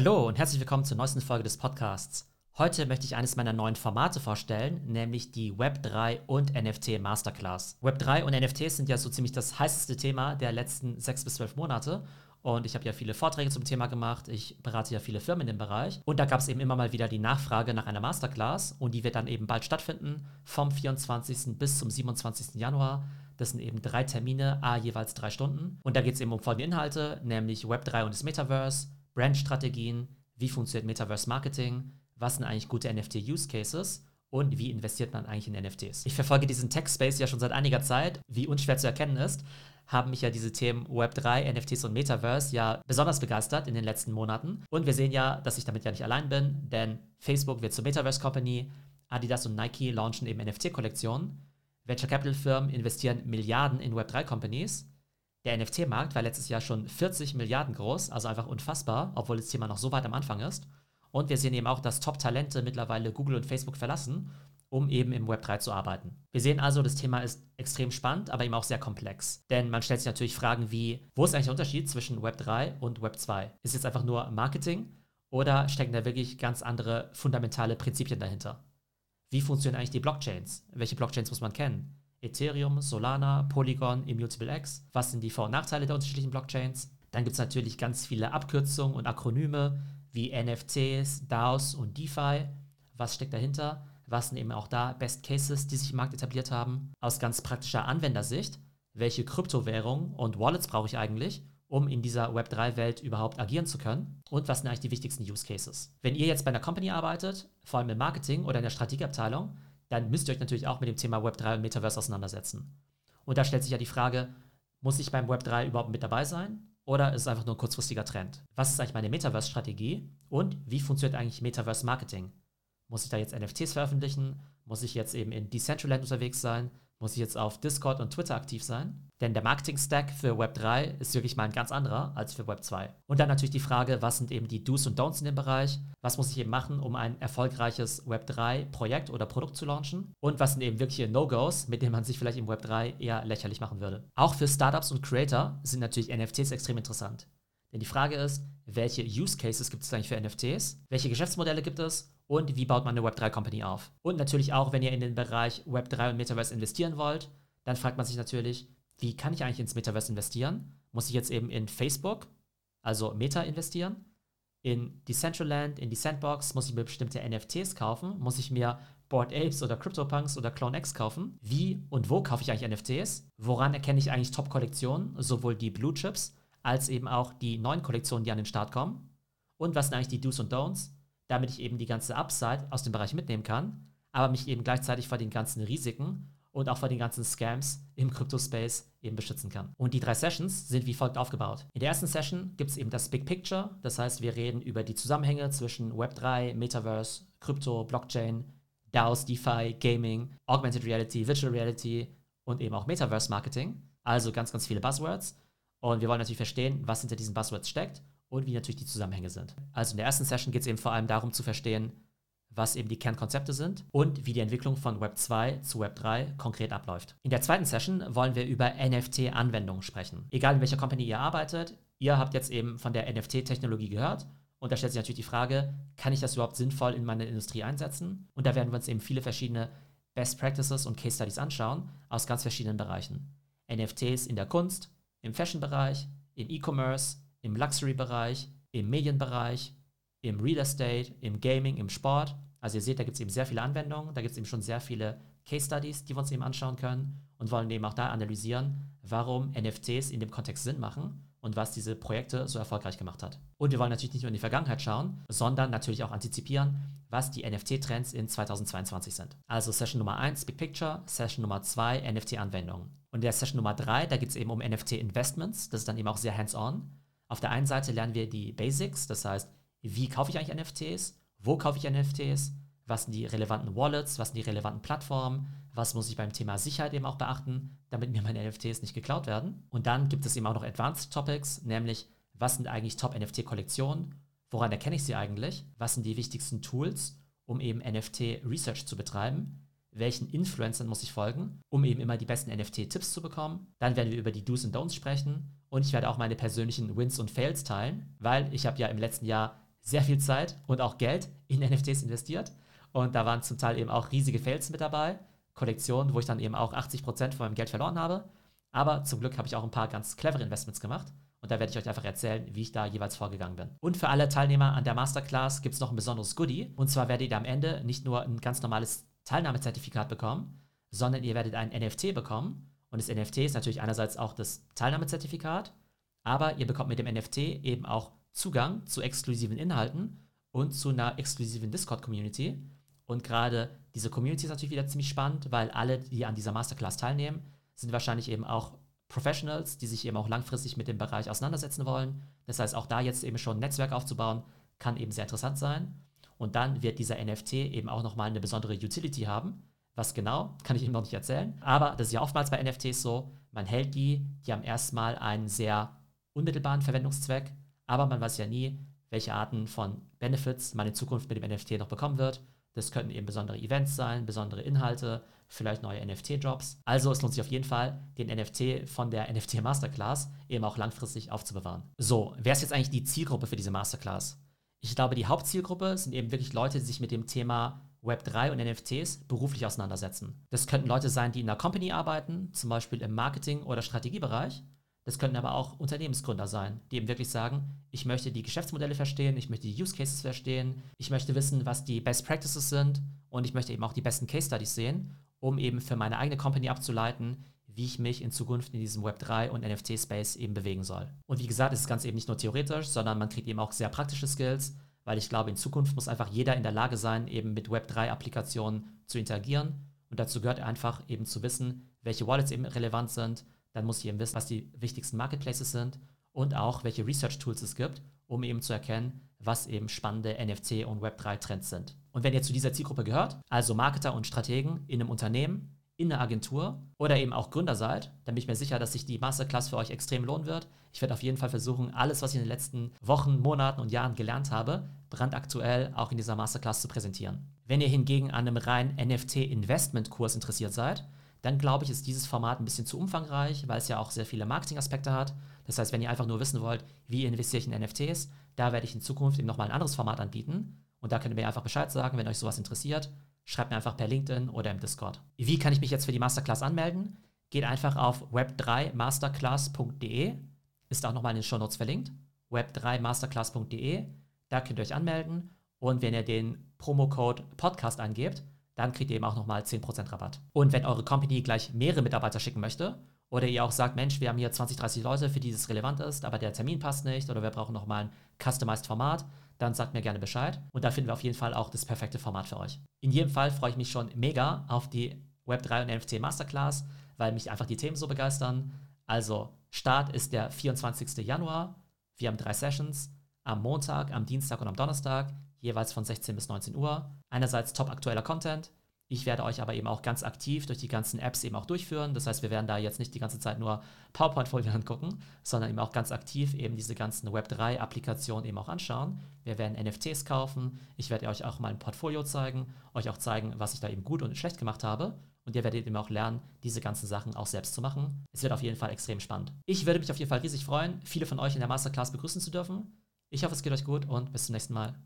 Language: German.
Hallo und herzlich willkommen zur neuesten Folge des Podcasts. Heute möchte ich eines meiner neuen Formate vorstellen, nämlich die Web3 und NFT Masterclass. Web3 und NFTs sind ja so ziemlich das heißeste Thema der letzten 6 bis 12 Monate. Und ich habe ja viele Vorträge zum Thema gemacht, ich berate ja viele Firmen in dem Bereich. Und da gab es eben immer mal wieder die Nachfrage nach einer Masterclass und die wird dann eben bald stattfinden, vom 24. bis zum 27. Januar. Das sind eben 3 Termine, jeweils 3 Stunden. Und da geht es eben um folgende Inhalte, nämlich Web3 und das Metaverse, Brandstrategien, wie funktioniert Metaverse-Marketing, was sind eigentlich gute NFT-Use-Cases und wie investiert man eigentlich in NFTs. Ich verfolge diesen Tech-Space ja schon seit einiger Zeit. Wie unschwer zu erkennen ist, haben mich ja diese Themen Web3, NFTs und Metaverse ja besonders begeistert in den letzten Monaten. Und wir sehen ja, dass ich damit ja nicht allein bin, denn Facebook wird zur Metaverse-Company, Adidas und Nike launchen eben NFT-Kollektionen, Venture Capital-Firmen investieren Milliarden in Web3-Companies. Der NFT-Markt war letztes Jahr schon 40 Milliarden groß, also einfach unfassbar, obwohl das Thema noch so weit am Anfang ist. Und wir sehen eben auch, dass Top-Talente mittlerweile Google und Facebook verlassen, um eben im Web3 zu arbeiten. Wir sehen also, das Thema ist extrem spannend, aber eben auch sehr komplex. Denn man stellt sich natürlich Fragen wie, wo ist eigentlich der Unterschied zwischen Web3 und Web2? Ist es jetzt einfach nur Marketing oder stecken da wirklich ganz andere fundamentale Prinzipien dahinter? Wie funktionieren eigentlich die Blockchains? Welche Blockchains muss man kennen? Ethereum, Solana, Polygon, Immutable X. Was sind die Vor- und Nachteile der unterschiedlichen Blockchains? Dann gibt es natürlich ganz viele Abkürzungen und Akronyme wie NFTs, DAOs und DeFi. Was steckt dahinter? Was sind eben auch da Best Cases, die sich im Markt etabliert haben? Aus ganz praktischer Anwendersicht, welche Kryptowährungen und Wallets brauche ich eigentlich, um in dieser Web3-Welt überhaupt agieren zu können? Und was sind eigentlich die wichtigsten Use Cases? Wenn ihr jetzt bei einer Company arbeitet, vor allem im Marketing oder in der Strategieabteilung, dann müsst ihr euch natürlich auch mit dem Thema Web3 und Metaverse auseinandersetzen. Und da stellt sich ja die Frage, muss ich beim Web3 überhaupt mit dabei sein? Oder ist es einfach nur ein kurzfristiger Trend? Was ist eigentlich meine Metaverse-Strategie? Und wie funktioniert eigentlich Metaverse-Marketing? Muss ich da jetzt NFTs veröffentlichen? Muss ich jetzt eben in Decentraland unterwegs sein? Muss ich jetzt auf Discord und Twitter aktiv sein? Denn der Marketing-Stack für Web3 ist wirklich mal ein ganz anderer als für Web2. Und dann natürlich die Frage, was sind eben die Do's und Don'ts in dem Bereich? Was muss ich eben machen, um ein erfolgreiches Web3-Projekt oder Produkt zu launchen? Und was sind eben wirkliche No-Gos, mit denen man sich vielleicht im Web3 eher lächerlich machen würde? Auch für Startups und Creator sind natürlich NFTs extrem interessant. Denn die Frage ist, welche Use Cases gibt es eigentlich für NFTs? Welche Geschäftsmodelle gibt es? Und wie baut man eine Web3-Company auf? Und natürlich auch, wenn ihr in den Bereich Web3 und Metaverse investieren wollt, dann fragt man sich natürlich, wie kann ich eigentlich ins Metaverse investieren? Muss ich jetzt eben in Facebook, also Meta, investieren? In Decentraland, in die Sandbox? Muss ich mir bestimmte NFTs kaufen? Muss ich mir Bored Apes oder CryptoPunks oder CloneX kaufen? Wie und wo kaufe ich eigentlich NFTs? Woran erkenne ich eigentlich Top-Kollektionen, sowohl die Blue Chips als eben auch die neuen Kollektionen, die an den Start kommen? Und was sind eigentlich die Do's und Don'ts, damit ich eben die ganze Upside aus dem Bereich mitnehmen kann, aber mich eben gleichzeitig vor den ganzen Risiken und auch vor den ganzen Scams im Crypto-Space eben beschützen kann. Und die 3 Sessions sind wie folgt aufgebaut. In der ersten Session gibt es eben das Big Picture, das heißt, wir reden über die Zusammenhänge zwischen Web3, Metaverse, Krypto, Blockchain, DAOs, DeFi, Gaming, Augmented Reality, Virtual Reality und eben auch Metaverse-Marketing. Also ganz, ganz viele Buzzwords. Und wir wollen natürlich verstehen, was hinter diesen Buzzwords steckt und wie natürlich die Zusammenhänge sind. Also in der ersten Session geht es eben vor allem darum zu verstehen, was eben die Kernkonzepte sind und wie die Entwicklung von Web 2 zu Web 3 konkret abläuft. In der zweiten Session wollen wir über NFT-Anwendungen sprechen. Egal in welcher Company ihr arbeitet, ihr habt jetzt eben von der NFT-Technologie gehört und da stellt sich natürlich die Frage, kann ich das überhaupt sinnvoll in meiner Industrie einsetzen? Und da werden wir uns eben viele verschiedene Best Practices und Case Studies anschauen aus ganz verschiedenen Bereichen. NFTs in der Kunst, im Fashion-Bereich, im E-Commerce, im Luxury-Bereich, im Medienbereich, im Real Estate, im Gaming, im Sport. Also ihr seht, da gibt es eben sehr viele Anwendungen, da gibt es eben schon sehr viele Case Studies, die wir uns eben anschauen können und wollen eben auch da analysieren, warum NFTs in dem Kontext Sinn machen und was diese Projekte so erfolgreich gemacht hat. Und wir wollen natürlich nicht nur in die Vergangenheit schauen, sondern natürlich auch antizipieren, was die NFT-Trends in 2022 sind. Also Session Nummer 1, Big Picture, Session Nummer 2, NFT-Anwendungen. Und in der Session Nummer 3, da geht es eben um NFT-Investments, das ist dann eben auch sehr hands-on. Auf der einen Seite lernen wir die Basics, das heißt, wie kaufe ich eigentlich NFTs? Wo kaufe ich NFTs? Was sind die relevanten Wallets? Was sind die relevanten Plattformen? Was muss ich beim Thema Sicherheit eben auch beachten, damit mir meine NFTs nicht geklaut werden? Und dann gibt es eben auch noch Advanced Topics, nämlich was sind eigentlich Top-NFT-Kollektionen? Woran erkenne ich sie eigentlich? Was sind die wichtigsten Tools, um eben NFT-Research zu betreiben? Welchen Influencern muss ich folgen, um eben immer die besten NFT-Tipps zu bekommen? Dann werden wir über die Do's und Don'ts sprechen und ich werde auch meine persönlichen Wins und Fails teilen, weil ich habe ja im letzten Jahr sehr viel Zeit und auch Geld in NFTs investiert. Und da waren zum Teil eben auch riesige Fails mit dabei. Kollektionen, wo ich dann eben auch 80% von meinem Geld verloren habe. Aber zum Glück habe ich auch ein paar ganz clevere Investments gemacht. Und da werde ich euch einfach erzählen, wie ich da jeweils vorgegangen bin. Und für alle Teilnehmer an der Masterclass gibt es noch ein besonderes Goodie. Und zwar werdet ihr am Ende nicht nur ein ganz normales Teilnahmezertifikat bekommen, sondern ihr werdet ein NFT bekommen. Und das NFT ist natürlich einerseits auch das Teilnahmezertifikat, aber ihr bekommt mit dem NFT eben auch Zugang zu exklusiven Inhalten und zu einer exklusiven Discord-Community. Und gerade diese Community ist natürlich wieder ziemlich spannend, weil alle, die an dieser Masterclass teilnehmen, sind wahrscheinlich eben auch Professionals, die sich eben auch langfristig mit dem Bereich auseinandersetzen wollen. Das heißt, auch da jetzt eben schon ein Netzwerk aufzubauen, kann eben sehr interessant sein. Und dann wird dieser NFT eben auch nochmal eine besondere Utility haben. Was genau, kann ich Ihnen noch nicht erzählen. Aber das ist ja oftmals bei NFTs so, man hält die haben erstmal einen sehr unmittelbaren Verwendungszweck, aber man weiß ja nie, welche Arten von Benefits man in Zukunft mit dem NFT noch bekommen wird. Das könnten eben besondere Events sein, besondere Inhalte, vielleicht neue NFT-Drops. Also es lohnt sich auf jeden Fall, den NFT von der NFT Masterclass eben auch langfristig aufzubewahren. So, wer ist jetzt eigentlich die Zielgruppe für diese Masterclass? Ich glaube, die Hauptzielgruppe sind eben wirklich Leute, die sich mit dem Thema Web3 und NFTs beruflich auseinandersetzen. Das könnten Leute sein, die in einer Company arbeiten, zum Beispiel im Marketing- oder Strategiebereich. Das könnten aber auch Unternehmensgründer sein, die eben wirklich sagen, ich möchte die Geschäftsmodelle verstehen, ich möchte die Use Cases verstehen, ich möchte wissen, was die Best Practices sind und ich möchte eben auch die besten Case Studies sehen, um eben für meine eigene Company abzuleiten, wie ich mich in Zukunft in diesem Web3 und NFT-Space eben bewegen soll. Und wie gesagt, ist das Ganze eben nicht nur theoretisch, sondern man kriegt eben auch sehr praktische Skills, weil ich glaube, in Zukunft muss einfach jeder in der Lage sein, eben mit Web3-Applikationen zu interagieren. Und dazu gehört einfach eben zu wissen, welche Wallets eben relevant sind. Dann muss ich eben wissen, was die wichtigsten Marketplaces sind und auch, welche Research-Tools es gibt, um eben zu erkennen, was eben spannende NFC- und Web3-Trends sind. Und wenn ihr zu dieser Zielgruppe gehört, also Marketer und Strategen in einem Unternehmen, in einer Agentur oder eben auch Gründer seid, dann bin ich mir sicher, dass sich die Masterclass für euch extrem lohnen wird. Ich werde auf jeden Fall versuchen, alles, was ich in den letzten Wochen, Monaten und Jahren gelernt habe, brandaktuell auch in dieser Masterclass zu präsentieren. Wenn ihr hingegen an einem reinen NFT-Investment-Kurs interessiert seid, dann glaube ich, ist dieses Format ein bisschen zu umfangreich, weil es ja auch sehr viele Marketingaspekte hat. Das heißt, wenn ihr einfach nur wissen wollt, wie investiere ich in NFTs, da werde ich in Zukunft eben nochmal ein anderes Format anbieten. Und da könnt ihr mir einfach Bescheid sagen, wenn euch sowas interessiert. Schreibt mir einfach per LinkedIn oder im Discord. Wie kann ich mich jetzt für die Masterclass anmelden? Geht einfach auf web3masterclass.de. Ist auch nochmal in den Shownotes verlinkt. web3masterclass.de. Da könnt ihr euch anmelden. Und wenn ihr den Promocode Podcast eingebt, dann kriegt ihr eben auch nochmal 10% Rabatt. Und wenn eure Company gleich mehrere Mitarbeiter schicken möchte oder ihr auch sagt, Mensch, wir haben hier 20, 30 Leute, für die es relevant ist, aber der Termin passt nicht oder wir brauchen nochmal ein customized Format, dann sagt mir gerne Bescheid und da finden wir auf jeden Fall auch das perfekte Format für euch. In jedem Fall freue ich mich schon mega auf die Web3 und NFT Masterclass, weil mich einfach die Themen so begeistern. Also Start ist der 24. Januar. Wir haben 3 Sessions am Montag, am Dienstag und am Donnerstag, jeweils von 16 bis 19 Uhr. Einerseits top aktueller Content. Ich werde euch aber eben auch ganz aktiv durch die ganzen Apps eben auch durchführen. Das heißt, wir werden da jetzt nicht die ganze Zeit nur PowerPoint-Folien angucken, sondern eben auch ganz aktiv eben diese ganzen Web3-Applikationen eben auch anschauen. Wir werden NFTs kaufen. Ich werde euch auch mal ein Portfolio zeigen, euch auch zeigen, was ich da eben gut und schlecht gemacht habe. Und ihr werdet eben auch lernen, diese ganzen Sachen auch selbst zu machen. Es wird auf jeden Fall extrem spannend. Ich würde mich auf jeden Fall riesig freuen, viele von euch in der Masterclass begrüßen zu dürfen. Ich hoffe, es geht euch gut und bis zum nächsten Mal.